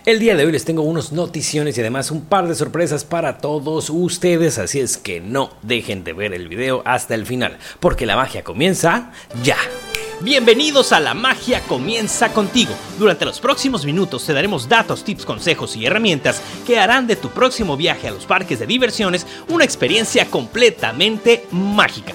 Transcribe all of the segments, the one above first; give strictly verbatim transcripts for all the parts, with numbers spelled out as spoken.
El día de hoy les tengo unas noticiones y además un par de sorpresas para todos ustedes, así es que no dejen de ver el video hasta el final, porque la magia comienza ya. Bienvenidos a La Magia Comienza Contigo. Durante los próximos minutos te daremos datos, tips, consejos y herramientas que harán de tu próximo viaje a los parques de diversiones una experiencia completamente mágica.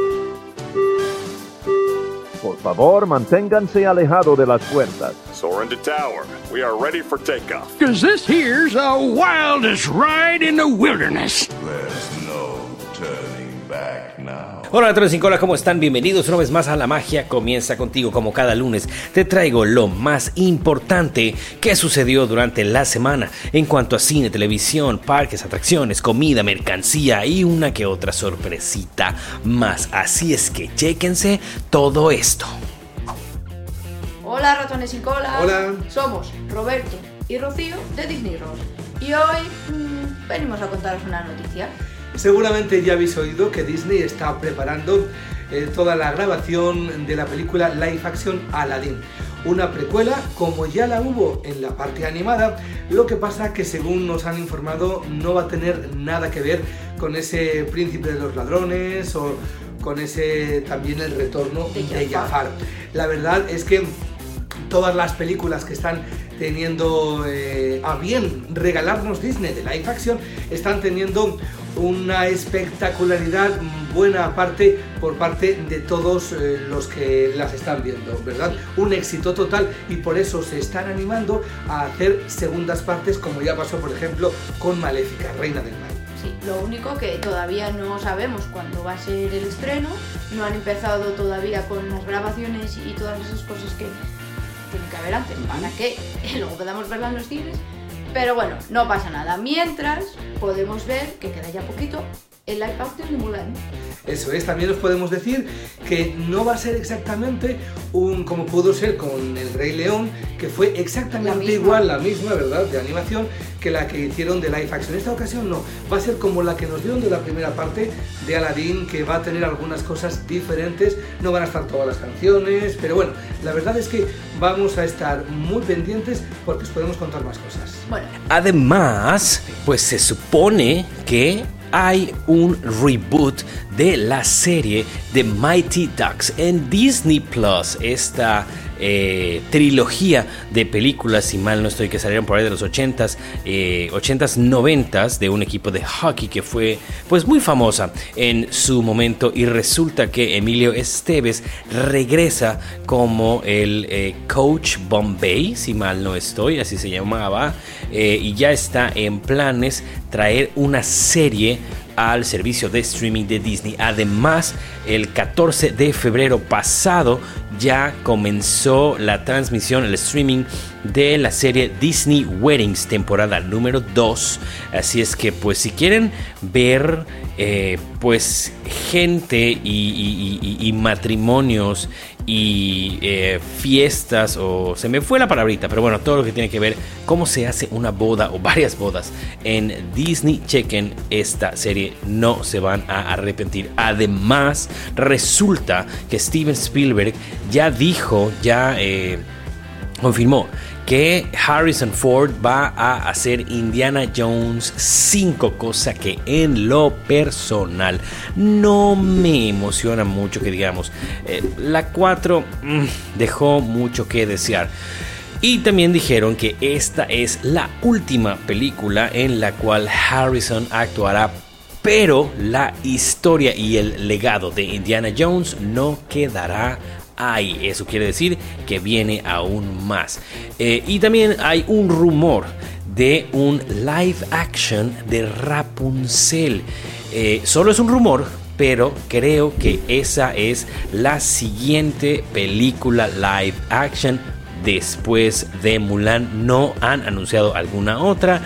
Por favor, manténganse alejado de las puertas. Soaring to tower. We are ready for takeoff. Cause this here's the wildest ride in the wilderness. There's no turning back now. Hola a todos y hola, ¿cómo están? Bienvenidos una vez más a La Magia Comienza Contigo. Como cada lunes te traigo lo más importante que sucedió durante la semana en cuanto a cine, televisión, parques, atracciones, comida, mercancía y una que otra sorpresita más. Así es que chéquense todo esto. Hola ratones sin cola. Hola. Somos Roberto y Rocío de Disney Roll. Y hoy mmm, venimos a contaros una noticia. Seguramente ya habéis oído que Disney está preparando eh, toda la grabación de la película live action Aladdin. Una precuela como ya la hubo en la parte animada, lo que pasa que según nos han informado no va a tener nada que ver con ese príncipe de los ladrones o con ese también el retorno de, de Jafar. La verdad es que todas las películas que están teniendo eh, a bien regalarnos Disney de live action están teniendo una espectacularidad buena aparte por parte de todos eh, los que las están viendo, ¿verdad? Un éxito total y por eso se están animando a hacer segundas partes como ya pasó por ejemplo con Maléfica, Reina del Mar. Sí, lo único que todavía no sabemos cuándo va a ser el estreno, no han empezado todavía con las grabaciones y todas esas cosas que tienen que haber antes para que luego podamos verla en los cines. Pero bueno, no pasa nada. Mientras, podemos ver que queda ya poquito el live action de Mulan. Eso es, también os podemos decir que no va a ser exactamente un como pudo ser con El Rey León, que fue exactamente la igual, la misma, ¿verdad?, de animación que la que hicieron de live action. En esta ocasión no, va a ser como la que nos dieron de la primera parte de Aladdin, que va a tener algunas cosas diferentes, no van a estar todas las canciones, pero bueno, la verdad es que vamos a estar muy pendientes porque os podemos contar más cosas. Bueno. Además, pues se supone que hay un reboot de la serie de Mighty Ducks en Disney Plus. Esta eh, trilogía de películas, si mal no estoy, que salieron por ahí de los ochentas, eh, ochentas, noventas, de un equipo de hockey que fue pues muy famosa en su momento. Y resulta que Emilio Estevez regresa como el eh, Coach Bombay, si mal no estoy, así se llamaba, eh, y ya está en planes traer una serie al servicio de streaming de Disney. Además, el catorce de febrero pasado ya comenzó la transmisión, el streaming de la serie Disney Weddings, temporada número dos. Así es que, pues, si quieren ver eh, pues gente y, y, y, y matrimonios y eh, fiestas, o se me fue la palabrita, pero bueno, todo lo que tiene que ver cómo se hace una boda o varias bodas en Disney, chequen esta serie, no se van a arrepentir. Además, resulta que Steven Spielberg ya dijo, ya eh, confirmó que Harrison Ford va a hacer Indiana Jones cinco, cosa que en lo personal no me emociona mucho, que digamos. Eh, la cuatro mmm, dejó mucho que desear. Y también dijeron que esta es la última película en la cual Harrison actuará, pero la historia y el legado de Indiana Jones no quedará ahí. Eso quiere decir que viene aún más. Eh, y también hay un rumor de un live action de Rapunzel. Eh, solo es un rumor, pero creo que esa es la siguiente película live action después de Mulan. No han anunciado alguna otra,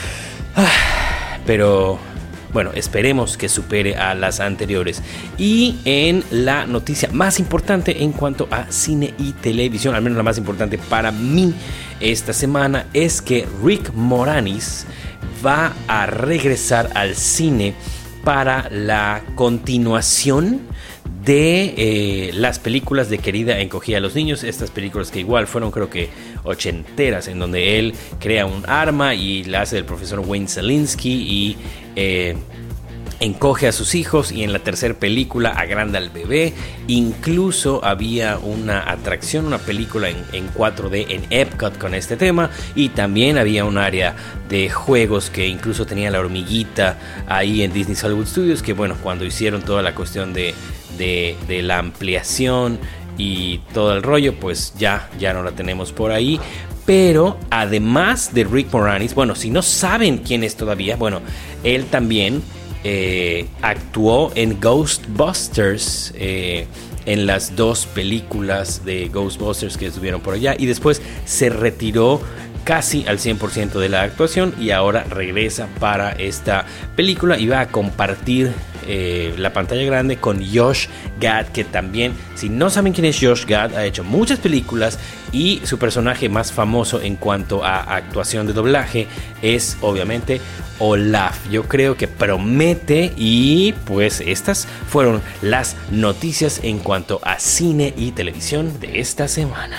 ah, pero bueno, esperemos que supere a las anteriores. Y en la noticia más importante en cuanto a cine y televisión, al menos la más importante para mí esta semana, es que Rick Moranis va a regresar al cine para la continuación de eh, las películas de Querida encogida a los niños, estas películas que igual fueron creo que ochenteras, en donde él crea un arma y la hace el profesor Wayne Szalinski y eh, encoge a sus hijos, y en la tercera película agranda al bebé. Incluso había una atracción, una película en, en cuatro D en Epcot con este tema, y también había un área de juegos que incluso tenía la hormiguita ahí en Disney Hollywood Studios, que bueno, cuando hicieron toda la cuestión de, de, de la ampliación y todo el rollo, pues ya, ya no la tenemos por ahí. Pero además de Rick Moranis, bueno, si no saben quién es todavía, bueno, él también Eh, actuó en Ghostbusters, eh, en las dos películas de Ghostbusters que estuvieron por allá, y después se retiró casi al cien por ciento de la actuación y ahora regresa para esta película y va a compartir eh, la pantalla grande con Josh Gad, que también, si no saben quién es Josh Gad, ha hecho muchas películas y su personaje más famoso en cuanto a actuación de doblaje es obviamente Olaf. Yo creo que promete, y pues estas fueron las noticias en cuanto a cine y televisión de esta semana.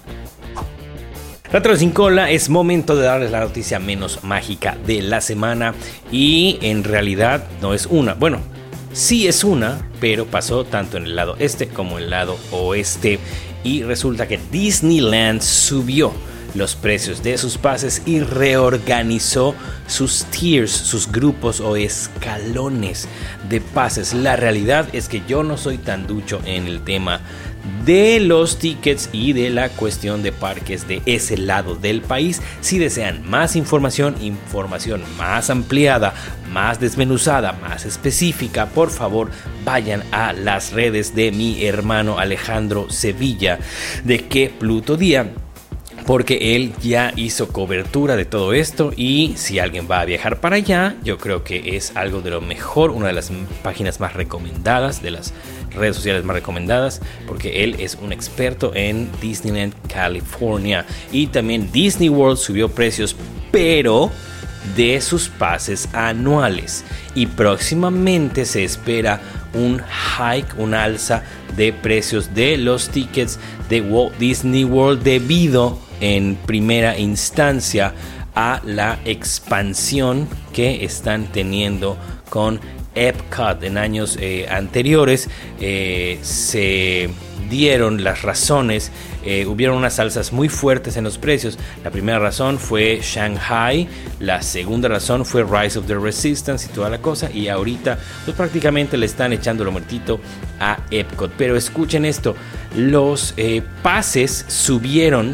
Ratero sin cola, es momento de darles la noticia menos mágica de la semana, y en realidad no es una, bueno, sí es una, pero pasó tanto en el lado este como en el lado oeste, y resulta que Disneyland subió los precios de sus pases y reorganizó sus tiers, sus grupos o escalones de pases. La realidad es que yo no soy tan ducho en el tema de los tickets y de la cuestión de parques de ese lado del país. Si desean más información, información más ampliada, más desmenuzada, más específica, por favor vayan a las redes de mi hermano Alejandro Sevilla de Que Pluto Día, porque él ya hizo cobertura de todo esto, y si alguien va a viajar para allá, yo creo que es algo de lo mejor, una de las páginas más recomendadas, de las redes sociales más recomendadas, porque él es un experto en Disneyland California. Y también Disney World subió precios, pero de sus pases anuales, y próximamente se espera un hike, un alza de precios de los tickets de Walt Disney World debido en primera instancia a la expansión que están teniendo con Epcot. En años eh, anteriores eh, se dieron las razones, eh, hubieron unas alzas muy fuertes en los precios. La primera razón fue Shanghai, la segunda razón fue Rise of the Resistance y toda la cosa, y ahorita pues prácticamente le están echando lo muertito a Epcot. Pero escuchen esto, los eh, pases subieron,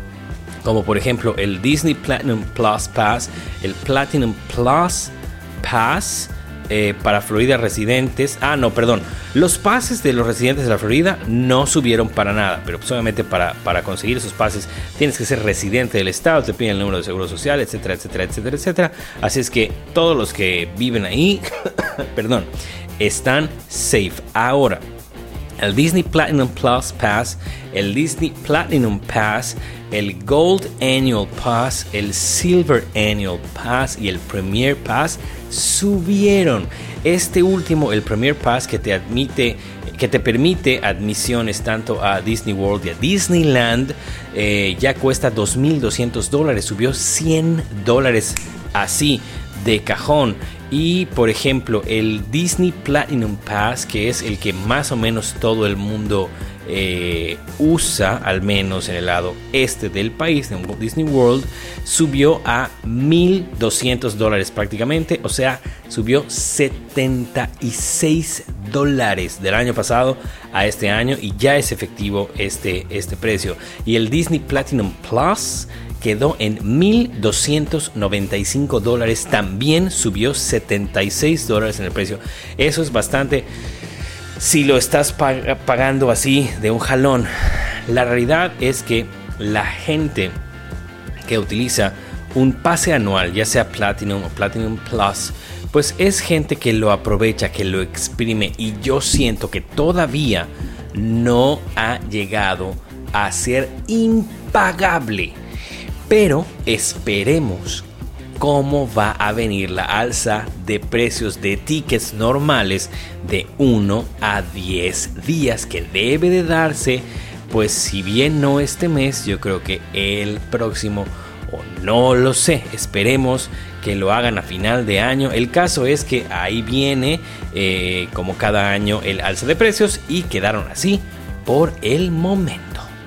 como por ejemplo el Disney Platinum Plus Pass, el Platinum Plus Pass eh, para Florida residentes. Ah, no, perdón. Los pases de los residentes de la Florida no subieron para nada, pero pues obviamente para, para conseguir esos pases tienes que ser residente del estado, te piden el número de seguro social, etcétera, etcétera, etcétera, etcétera. Así es que todos los que viven ahí, perdón, están safe. Ahora, el Disney Platinum Plus Pass, el Disney Platinum Pass, el Gold Annual Pass, el Silver Annual Pass y el Premier Pass subieron. Este último, el Premier Pass, que te admite, que te permite admisiones tanto a Disney World y a Disneyland, eh, ya cuesta dos mil doscientos dólares, subió cien dólares así de cajón. Y por ejemplo, el Disney Platinum Pass, que es el que más o menos todo el mundo eh, usa, al menos en el lado este del país, de Disney World, subió a mil doscientos dólares prácticamente, o sea, subió setenta y seis dólares del año pasado a este año, y ya es efectivo este, este precio. Y el Disney Platinum Plus quedó en mil doscientos noventa y cinco dólares, también subió setenta y seis dólares en el precio. Eso es bastante si lo estás pag- pagando así de un jalón. La realidad es que la gente que utiliza un pase anual, ya sea Platinum o Platinum Plus, pues es gente que lo aprovecha, que lo exprime, y yo siento que todavía no ha llegado a ser impagable. Pero esperemos cómo va a venir la alza de precios de tickets normales de uno a diez días que debe de darse, pues si bien no este mes, yo creo que el próximo, o no lo sé, esperemos que lo hagan a final de año. El caso es que ahí viene eh, como cada año el alza de precios y quedaron así por el momento.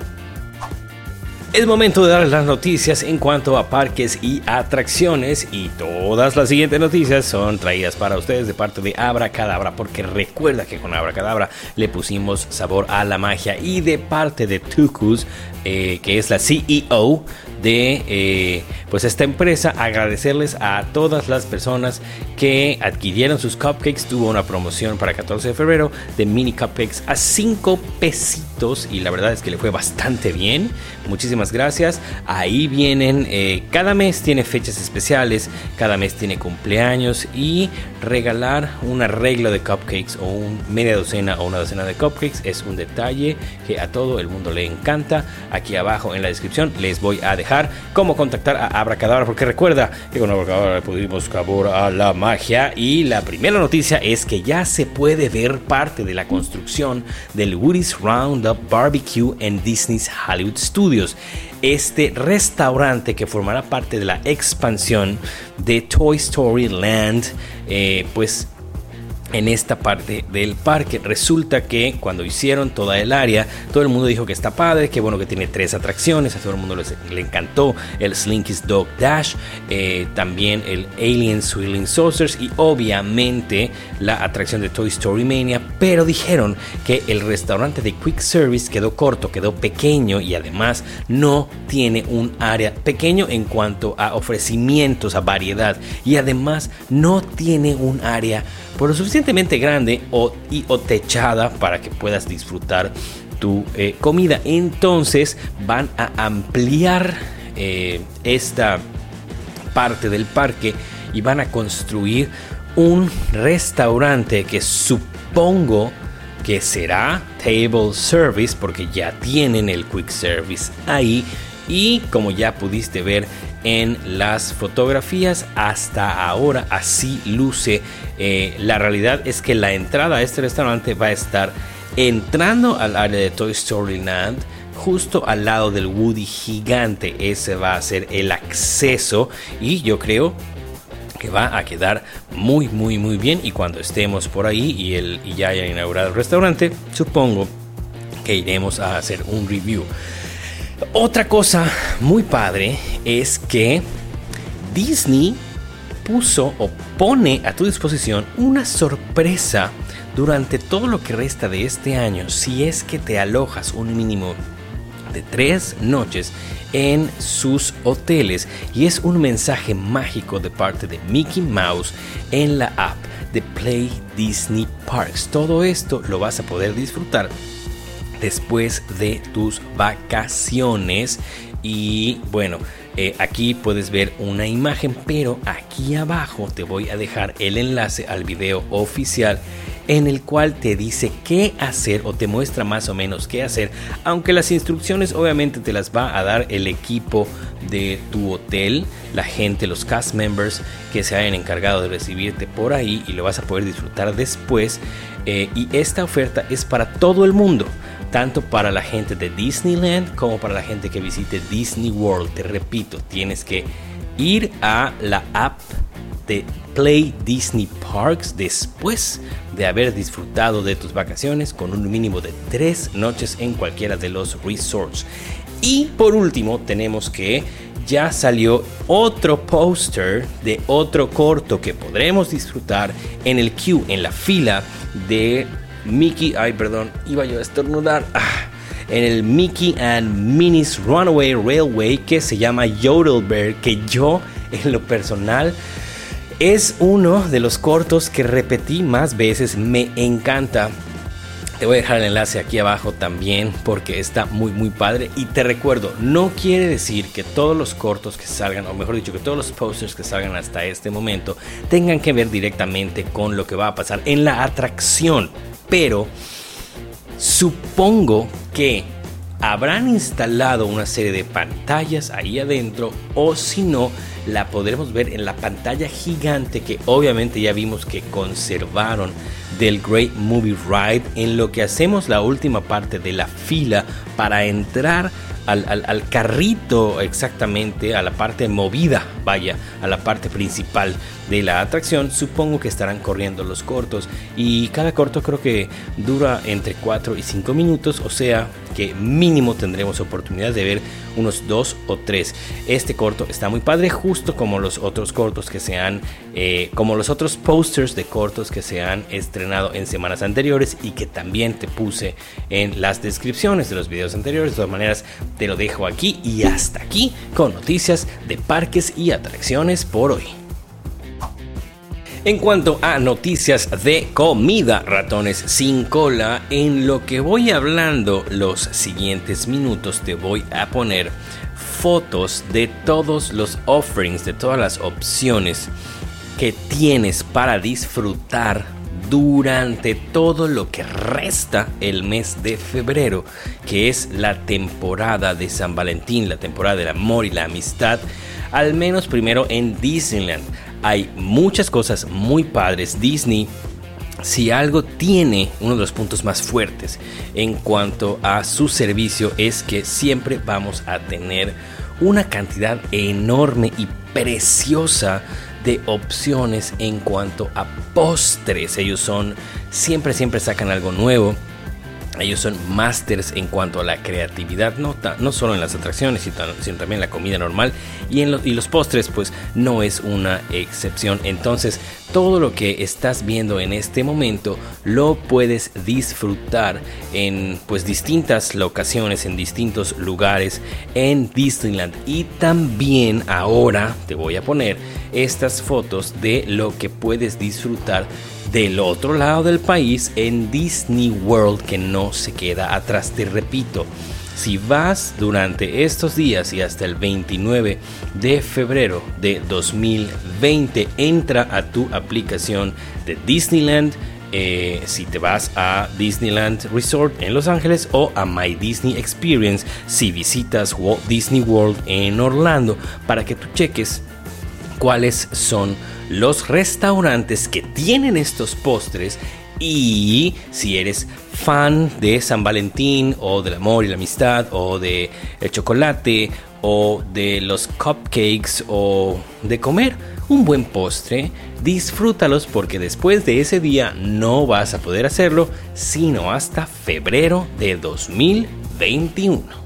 Es momento de dar las noticias en cuanto a parques y atracciones, y todas las siguientes noticias son traídas para ustedes de parte de Abracadabra, porque recuerda que con Abracadabra le pusimos sabor a la magia, y de parte de Tucus, eh, que es la C E O de eh, pues esta empresa, agradecerles a todas las personas que adquirieron sus cupcakes. Tuvo una promoción para catorce de febrero de mini cupcakes a cinco pesitos y la verdad es que le fue bastante bien. Muchísimas gracias. Ahí vienen, eh, cada mes tiene fechas especiales, cada mes tiene cumpleaños, y regalar un arreglo de cupcakes o un media docena o una docena de cupcakes es un detalle que a todo el mundo le encanta. Aquí abajo en la descripción les voy a dejar cómo contactar a Abracadabra, porque recuerda que con Abracadabra le pudimos sabor a la magia. Y la primera noticia es que ya se puede ver parte de la construcción del Woody's Roundup Barbecue en Disney's Hollywood Studios, este restaurante que formará parte de la expansión de Toy Story Land, eh, pues en esta parte del parque. Resulta que cuando hicieron toda el área, todo el mundo dijo que está padre, que bueno, que tiene tres atracciones, a todo el mundo les, le encantó el Slinky's Dog Dash, eh, también el Alien Swirling Saucers y obviamente la atracción de Toy Story Mania, pero dijeron que el restaurante de Quick Service quedó corto, quedó pequeño, y además no tiene un área pequeño en cuanto a ofrecimientos, a variedad, y además no tiene un área por lo suficientemente grande o, y, o techada para que puedas disfrutar tu eh, comida. Entonces van a ampliar eh, esta parte del parque y van a construir un restaurante que supongo que será table service, porque ya tienen el quick service ahí. Y como ya pudiste ver en las fotografías, hasta ahora así luce. Eh, la realidad es que la entrada a este restaurante va a estar entrando al área de Toy Story Land, justo al lado del Woody gigante. Ese va a ser el acceso y yo creo que va a quedar muy muy muy bien. Y cuando estemos por ahí y, el, y ya haya inaugurado el restaurante, supongo que iremos a hacer un review. Otra cosa muy padre es que Disney puso o pone a tu disposición una sorpresa durante todo lo que resta de este año, si es que te alojas un mínimo de tres noches en sus hoteles, y es un mensaje mágico de parte de Mickey Mouse en la app de Play Disney Parks. Todo esto lo vas a poder disfrutar después de tus vacaciones. Y bueno, eh, aquí puedes ver una imagen, pero aquí abajo te voy a dejar el enlace al video oficial en el cual te dice qué hacer o te muestra más o menos qué hacer, aunque las instrucciones obviamente te las va a dar el equipo de tu hotel, la gente, los cast members que se hayan encargado de recibirte por ahí, y lo vas a poder disfrutar después. Eh, y esta oferta es para todo el mundo, tanto para la gente de Disneyland como para la gente que visite Disney World. Te repito, tienes que ir a la app de Play Disney Parks después de haber disfrutado de tus vacaciones con un mínimo de tres noches en cualquiera de los resorts. Y por último tenemos que ya salió otro póster de otro corto que podremos disfrutar en el queue, en la fila de Mickey, ay perdón, iba yo a estornudar, ah, en el Mickey and Minnie's Runaway Railway, que se llama Yodelberg, que yo en lo personal es uno de los cortos que repetí más veces, me encanta. Te voy a dejar el enlace aquí abajo también porque está muy muy padre. Y te recuerdo, no quiere decir que todos los cortos que salgan, o mejor dicho, que todos los posters que salgan hasta este momento tengan que ver directamente con lo que va a pasar en la atracción. Pero supongo que habrán instalado una serie de pantallas ahí adentro, o si no, la podremos ver en la pantalla gigante que obviamente ya vimos que conservaron del Great Movie Ride, en lo que hacemos la última parte de la fila para entrar Al, al, al carrito, exactamente, a la parte movida, vaya, a la parte principal de la atracción. Supongo que estarán corriendo los cortos y cada corto creo que dura entre cuatro y cinco minutos, o sea que mínimo tendremos oportunidad de ver unos dos o tres. Este corto está muy padre, justo como los otros cortos que se han, eh, como los otros posters de cortos que se han estrenado en semanas anteriores y que también te puse en las descripciones de los videos anteriores. De todas maneras, te lo dejo aquí y hasta aquí con noticias de parques y atracciones por hoy. En cuanto a noticias de comida, ratones sin cola, en lo que voy hablando los siguientes minutos te voy a poner fotos de todos los offerings, de todas las opciones que tienes para disfrutar durante todo lo que resta el mes de febrero, que es la temporada de San Valentín, la temporada del amor y la amistad, al menos primero en Disneyland. Hay muchas cosas muy padres. Disney, si algo tiene, uno de los puntos más fuertes en cuanto a su servicio es que siempre vamos a tener una cantidad enorme y preciosa de opciones en cuanto a postres. Ellos son, siempre, siempre sacan algo nuevo. Ellos son masters en cuanto a la creatividad, no, ta, no solo en las atracciones, sino, sino también en la comida normal. Y, en lo, y los postres, pues, no es una excepción. Entonces, todo lo que estás viendo en este momento lo puedes disfrutar en, pues, distintas locaciones, en distintos lugares en Disneyland. Y también ahora te voy a poner estas fotos de lo que puedes disfrutar del otro lado del país en Disney World, que no se queda atrás. Te repito, si vas durante estos días y hasta el veintinueve de febrero de dos mil veinte, entra a tu aplicación de Disneyland. Eh, si te vas a Disneyland Resort en Los Ángeles o a My Disney Experience si visitas Walt Disney World en Orlando, para que tú cheques cuáles son los restaurantes que tienen estos postres. Y si eres fan de San Valentín o del amor y la amistad o de el chocolate o de los cupcakes o de comer un buen postre, disfrútalos, porque después de ese día no vas a poder hacerlo sino hasta febrero de dos mil veintiuno.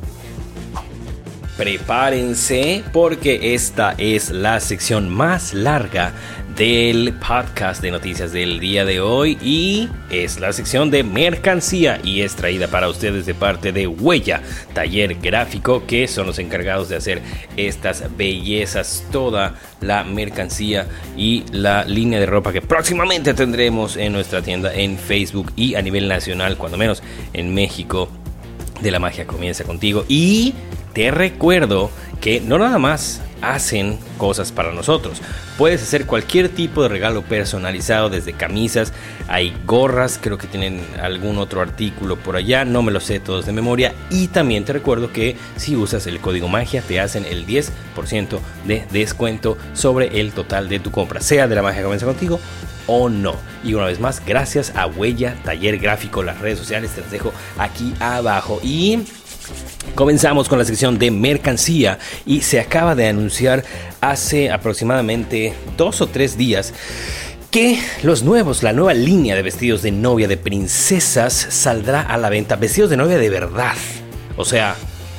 Prepárense, porque esta es la sección más larga del podcast de noticias del día de hoy y es la sección de mercancía, y es traída para ustedes de parte de Huella Taller Gráfico, que son los encargados de hacer estas bellezas, toda la mercancía y la línea de ropa que próximamente tendremos en nuestra tienda en Facebook y a nivel nacional, cuando menos en México. De la magia comienza contigo. Y te recuerdo que no nada más hacen cosas para nosotros. Puedes hacer cualquier tipo de regalo personalizado, desde camisas, hay gorras, creo que tienen algún otro artículo por allá, no me lo sé todos de memoria. Y también te recuerdo que si usas el código magia te hacen el diez por ciento de descuento sobre el total de tu compra, sea de la magia comienza contigo o no. Y una vez más, gracias a Huella Taller Gráfico. Las redes sociales te las dejo aquí abajo. Y comenzamos con la sección de mercancía, y se acaba de anunciar hace aproximadamente dos o tres días que los nuevos, la nueva línea de vestidos de novia de princesas saldrá a la venta. Vestidos de novia de verdad. O sea,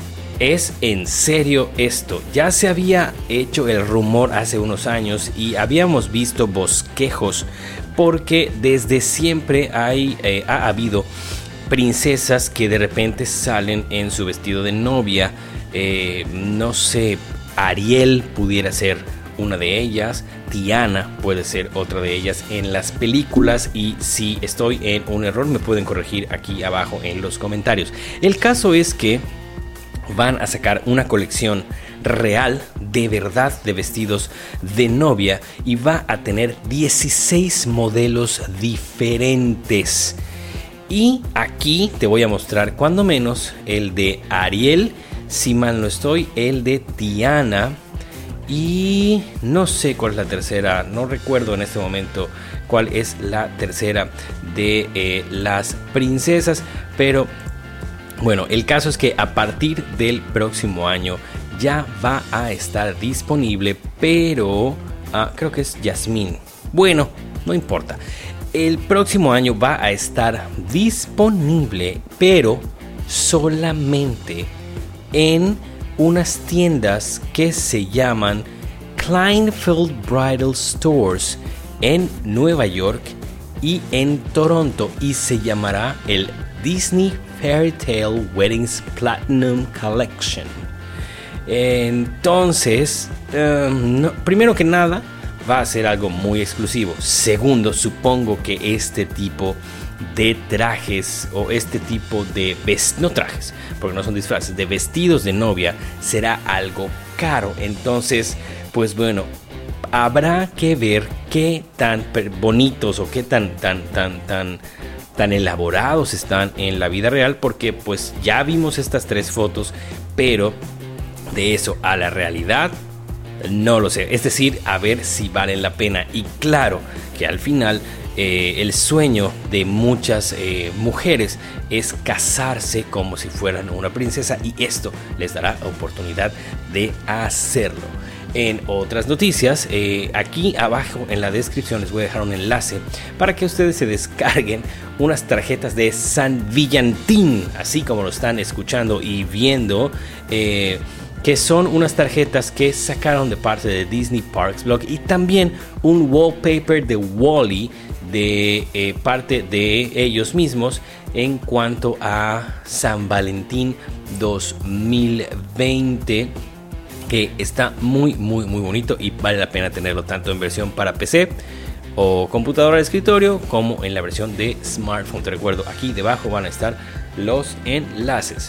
es en serio esto. Ya se había hecho el rumor hace unos años y habíamos visto bosquejos, porque desde siempre hay, eh, ha habido princesas que de repente salen en su vestido de novia. Eh, no sé, Ariel pudiera ser una de ellas, Tiana puede ser otra de ellas en las películas, y si estoy en un error me pueden corregir aquí abajo en los comentarios. El caso es que van a sacar una colección real, de verdad, de vestidos de novia, y va a tener dieciséis modelos diferentes. Y aquí te voy a mostrar cuando menos el de Ariel, si mal no estoy, el de Tiana y no sé cuál es la tercera, no recuerdo en este momento cuál es la tercera de eh, las princesas, pero bueno, el caso es que a partir del próximo año ya va a estar disponible, pero ah, creo que es Jasmine. Bueno, no importa. El próximo año va a estar disponible, pero solamente en unas tiendas que se llaman Kleinfeld Bridal Stores en Nueva York y en Toronto, y se llamará el Disney Fairy Tale Weddings Platinum Collection. Entonces, um, no, primero que nada, va a ser algo muy exclusivo. Segundo, supongo que este tipo de trajes o este tipo de vestidos, no trajes, porque no son disfraces, de vestidos de novia será algo caro. Entonces, pues bueno, habrá que ver qué tan bonitos o qué tan tan tan tan tan elaborados están en la vida real, porque pues ya vimos estas tres fotos, pero de eso a la realidad no lo sé. Es decir, a ver si valen la pena. Y claro que al final eh, el sueño de muchas eh, mujeres es casarse como si fueran una princesa, y esto les dará oportunidad de hacerlo. En otras noticias, eh, aquí abajo en la descripción les voy a dejar un enlace para que ustedes se descarguen unas tarjetas de San Villantín, así como lo están escuchando y viendo, eh, que son unas tarjetas que sacaron de parte de Disney Parks Blog, y también un wallpaper de Wall-E de eh, parte de ellos mismos en cuanto a San Valentín dos mil veinte, que está muy muy muy bonito y vale la pena tenerlo tanto en versión para P C o computadora de escritorio como en la versión de smartphone. Te recuerdo, aquí debajo van a estar los enlaces.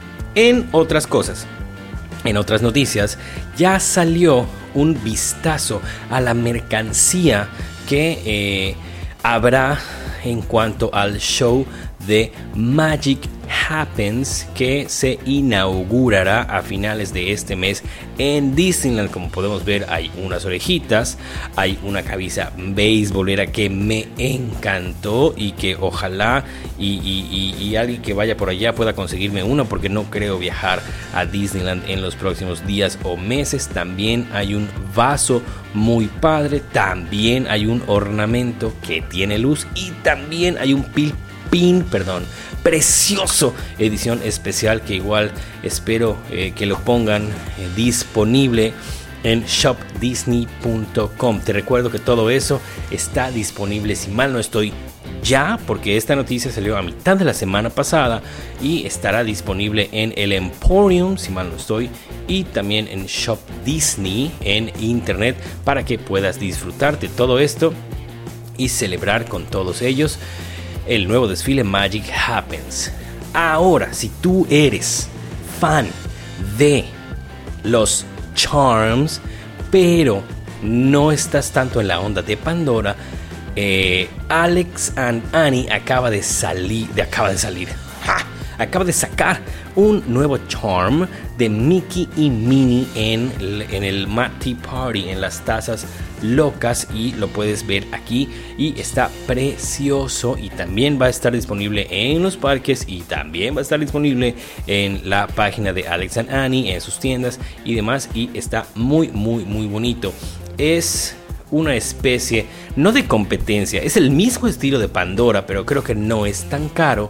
En otras cosas, en otras noticias, ya salió un vistazo a la mercancía que eh, habrá en cuanto al show de Magic Happens, que se inaugurará a finales de este mes en Disneyland. Como podemos ver, hay unas orejitas, hay una camisa beisbolera que me encantó y que ojalá y, y, y, y alguien que vaya por allá pueda conseguirme una, porque no creo viajar a Disneyland en los próximos días o meses. También hay un vaso muy padre, también hay un ornamento que tiene luz, y también hay un pil pin, perdón, precioso, edición especial, que igual espero eh, que lo pongan eh, disponible en shop disney punto com. Te recuerdo que todo eso está disponible, si mal no estoy, ya, porque esta noticia salió a mitad de la semana pasada, y estará disponible en el Emporium, si mal no estoy, y también en Shop Disney en internet, para que puedas disfrutar de todo esto y celebrar con todos ellos el nuevo desfile Magic Happens. Ahora, si tú eres fan de los Charms, pero no estás tanto en la onda de Pandora, eh, Alex and Annie acaba de salir, de acaba de salir, ¡ja! acaba de sacar un nuevo charm de Mickey y Minnie en, en el Mad Tea Party, en las tazas locas, y lo puedes ver aquí y está precioso, y también va a estar disponible en los parques, y también va a estar disponible en la página de Alex and Annie, en sus tiendas y demás, y está muy muy muy bonito. Es una especie, no de competencia, es el mismo estilo de Pandora, pero creo que no es tan caro.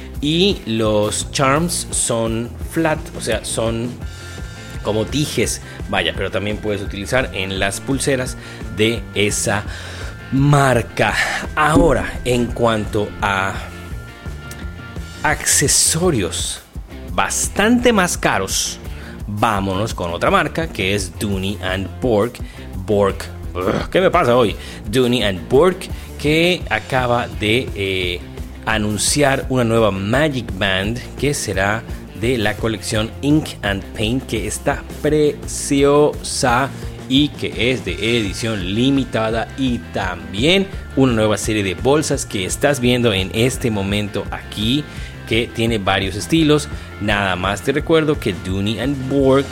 Y los charms son flat, o sea, son como dijes, vaya, pero también puedes utilizar en las pulseras de esa marca. Ahora, en cuanto a accesorios bastante más caros, vámonos con otra marca, que es Dooney and Bourke. Bourke, ugh, ¿qué me pasa hoy? Dooney and Bourke, que acaba de eh, anunciar una nueva Magic Band, que será de la colección Ink and Paint, que está preciosa y que es de edición limitada, y también una nueva serie de bolsas que estás viendo en este momento aquí, que tiene varios estilos. Nada más te recuerdo que Dooney and Bourke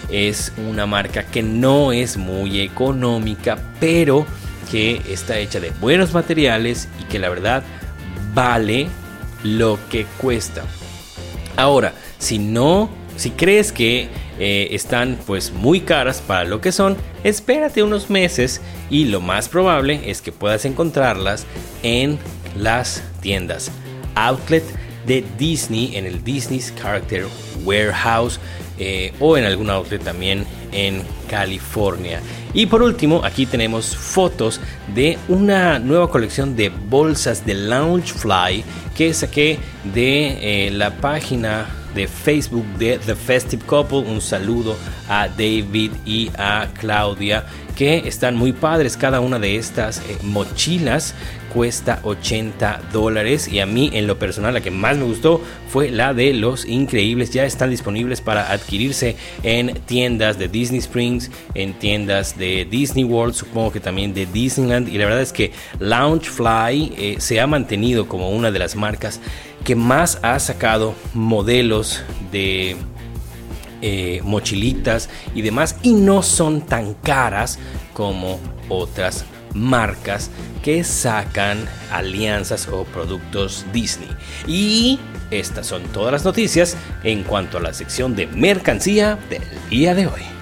es una marca que no es muy económica, pero que está hecha de buenos materiales y que la verdad vale lo que cuesta. Ahora, si no, si crees que eh, están pues muy caras para lo que son, espérate unos meses y lo más probable es que puedas encontrarlas en las tiendas outlet de Disney, en el Disney's Character Warehouse eh, o en algún outlet también en California. Y por último, aquí tenemos fotos de una nueva colección de bolsas de Loungefly que saqué de eh, la página de Facebook de The Festive Couple. Un saludo a David y a Claudia, que están muy padres. Cada una de estas eh, mochilas cuesta ochenta dólares, y a mí en lo personal la que más me gustó fue la de Los Increíbles. Ya están disponibles para adquirirse en tiendas de Disney Springs, en tiendas de Disney World, supongo que también de Disneyland, y la verdad es que Loungefly eh, se ha mantenido como una de las marcas que más ha sacado modelos de eh, mochilitas y demás, y no son tan caras como otras marcas que sacan alianzas o productos Disney. Y estas son todas las noticias en cuanto a la sección de mercancía del día de hoy.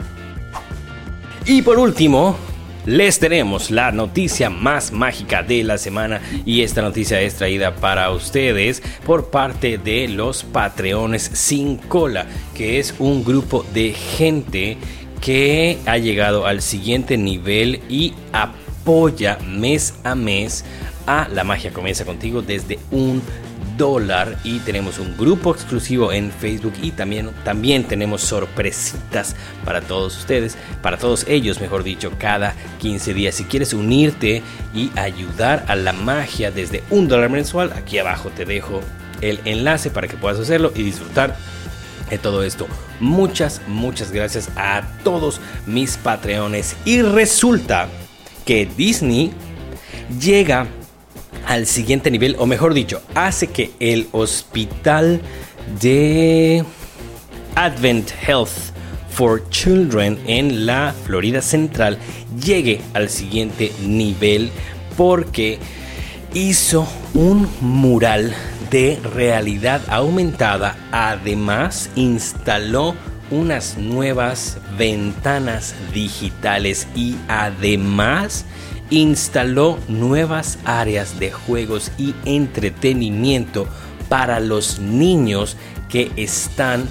Y por último, les tenemos la noticia más mágica de la semana, y esta noticia es traída para ustedes por parte de los Patreones Sin Cola, que es un grupo de gente que ha llegado al siguiente nivel y apoya mes a mes a La Magia Comienza Contigo desde un dólar. Y tenemos un grupo exclusivo en Facebook, y también, también tenemos sorpresitas para todos ustedes, para todos ellos, mejor dicho, cada quince días. Si quieres unirte y ayudar a la magia desde un dólar mensual, aquí abajo te dejo el enlace para que puedas hacerlo y disfrutar de todo esto. Muchas, muchas gracias a todos mis patreones. Y resulta que Disney llega al siguiente nivel, o mejor dicho, hace que el hospital de Advent Health for Children en la Florida Central llegue al siguiente nivel, porque hizo un mural de realidad aumentada. Además, instaló unas nuevas ventanas digitales y además instaló nuevas áreas de juegos y entretenimiento para los niños que están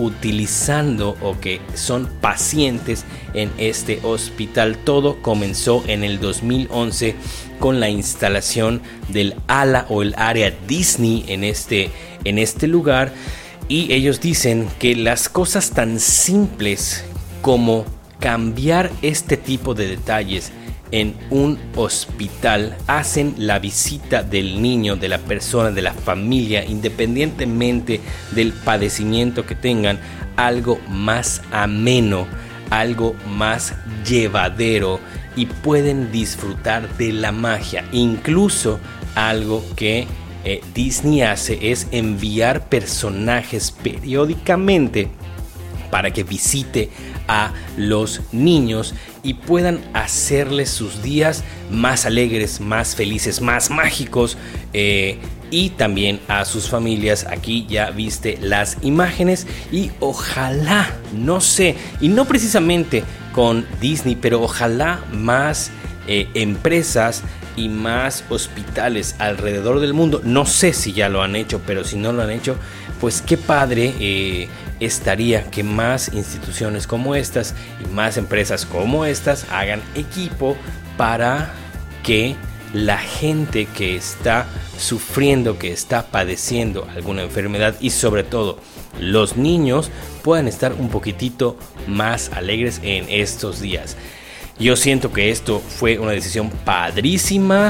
utilizando o que son pacientes en este hospital. Todo comenzó en el dos mil once con la instalación del ala o el área Disney en este, en este lugar, y ellos dicen que las cosas tan simples como cambiar este tipo de detalles en un hospital hacen la visita del niño, de la persona, de la familia, independientemente del padecimiento que tengan, algo más ameno, algo más llevadero, y pueden disfrutar de la magia. Incluso algo que eh, Disney hace es enviar personajes periódicamente para que visite a los niños y puedan hacerles sus días más alegres, más felices, más mágicos, eh, y también a sus familias. Aquí ya viste las imágenes, y ojalá, no sé, y no precisamente con Disney, pero ojalá más eh, empresas y más hospitales alrededor del mundo, no sé si ya lo han hecho, pero si no lo han hecho, pues qué padre eh, estaría que más instituciones como estas y más empresas como estas hagan equipo para que la gente que está sufriendo, que está padeciendo alguna enfermedad, y sobre todo los niños, puedan estar un poquitito más alegres en estos días. Yo siento que esto fue una decisión padrísima,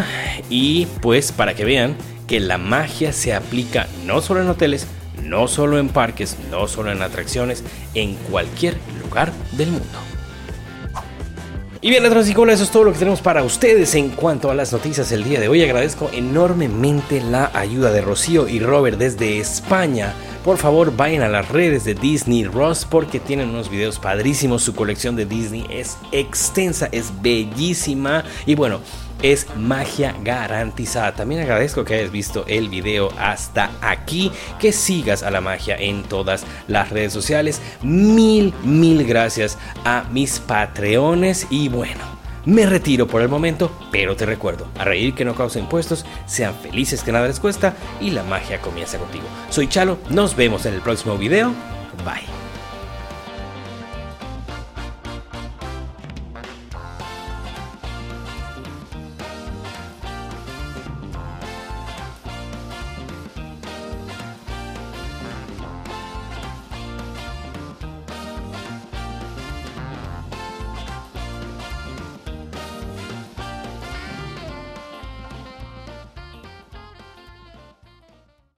y pues para que vean que la magia se aplica no solo en hoteles, no solo en parques, no solo en atracciones, en cualquier lugar del mundo. Y bien, ladrones y cola, eso es todo lo que tenemos para ustedes en cuanto a las noticias el día de hoy. Agradezco enormemente la ayuda de Rocío y Robert desde España. Por favor, vayan a las redes de Disney Ross porque tienen unos videos padrísimos. Su colección de Disney es extensa, es bellísima y bueno, es magia garantizada. También agradezco que hayas visto el video hasta aquí, que sigas a la magia en todas las redes sociales. Mil, mil gracias a mis patreones y bueno, me retiro por el momento, pero te recuerdo, a reír que no causa impuestos, sean felices que nada les cuesta y la magia comienza contigo. Soy Chalo, nos vemos en el próximo video, bye.